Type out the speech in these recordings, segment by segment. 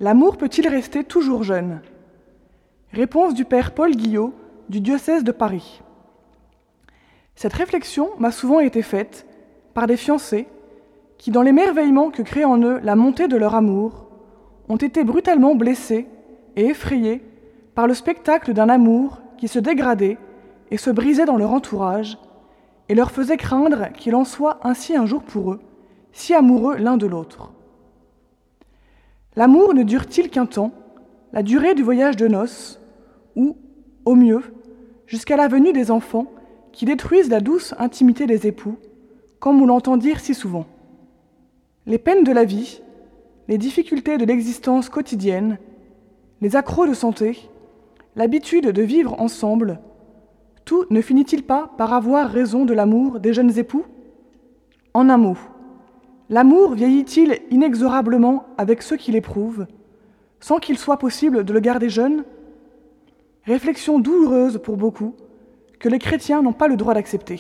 L'amour peut-il rester toujours jeune ? Réponse du père Paul Guillot du diocèse de Paris. Cette réflexion m'a souvent été faite par des fiancés qui, dans l'émerveillement que crée en eux la montée de leur amour, ont été brutalement blessés et effrayés par le spectacle d'un amour qui se dégradait et se brisait dans leur entourage et leur faisait craindre qu'il en soit ainsi un jour pour eux, si amoureux l'un de l'autre. L'amour ne dure-t-il qu'un temps, la durée du voyage de noces, ou, au mieux, jusqu'à la venue des enfants qui détruisent la douce intimité des époux, comme on l'entend dire si souvent. Les peines de la vie, les difficultés de l'existence quotidienne, les accros de santé, l'habitude de vivre ensemble, tout ne finit-il pas par avoir raison de l'amour des jeunes époux ? En un mot, l'amour vieillit-il inexorablement avec ceux qui l'éprouvent, sans qu'il soit possible de le garder jeune ? Réflexion douloureuse pour beaucoup, que les chrétiens n'ont pas le droit d'accepter.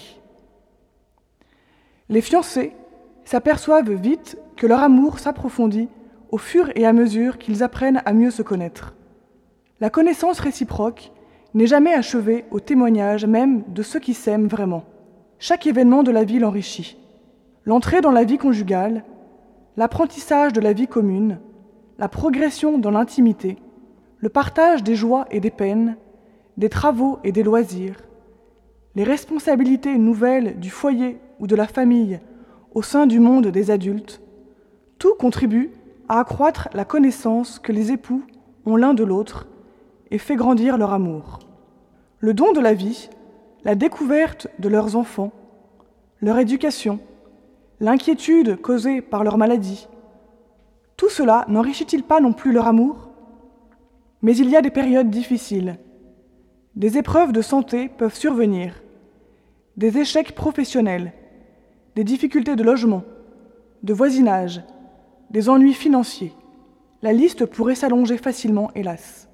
Les fiancés s'aperçoivent vite que leur amour s'approfondit au fur et à mesure qu'ils apprennent à mieux se connaître. La connaissance réciproque n'est jamais achevée au témoignage même de ceux qui s'aiment vraiment. Chaque événement de la vie l'enrichit. L'entrée dans la vie conjugale, l'apprentissage de la vie commune, la progression dans l'intimité, le partage des joies et des peines, des travaux et des loisirs, les responsabilités nouvelles du foyer ou de la famille au sein du monde des adultes, tout contribue à accroître la connaissance que les époux ont l'un de l'autre et fait grandir leur amour. Le don de la vie, la découverte de leurs enfants, leur éducation, l'inquiétude causée par leur maladie, tout cela n'enrichit-il pas non plus leur amour ? Mais il y a des périodes difficiles. Des épreuves de santé peuvent survenir, des échecs professionnels, des difficultés de logement, de voisinage, des ennuis financiers. La liste pourrait s'allonger facilement, hélas.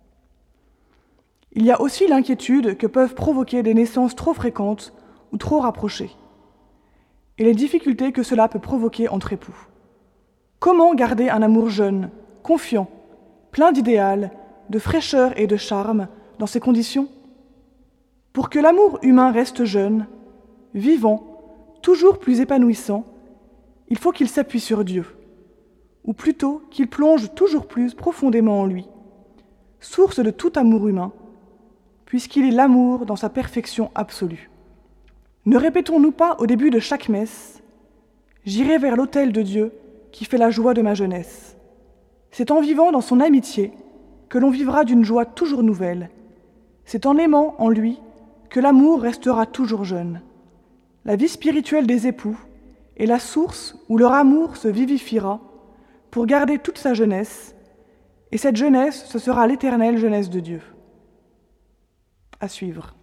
Il y a aussi l'inquiétude que peuvent provoquer des naissances trop fréquentes ou trop rapprochées, et les difficultés que cela peut provoquer entre époux. Comment garder un amour jeune, confiant, plein d'idéal, de fraîcheur et de charme dans ces conditions ? Pour que l'amour humain reste jeune, vivant, toujours plus épanouissant, il faut qu'il s'appuie sur Dieu, ou plutôt qu'il plonge toujours plus profondément en lui, source de tout amour humain, puisqu'il est l'amour dans sa perfection absolue. Ne répétons-nous pas au début de chaque messe « J'irai vers l'autel de Dieu qui fait la joie de ma jeunesse ». C'est en vivant dans son amitié que l'on vivra d'une joie toujours nouvelle. C'est en aimant en lui que l'amour restera toujours jeune. La vie spirituelle des époux est la source où leur amour se vivifiera pour garder toute sa jeunesse, et cette jeunesse, ce sera l'éternelle jeunesse de Dieu. À suivre.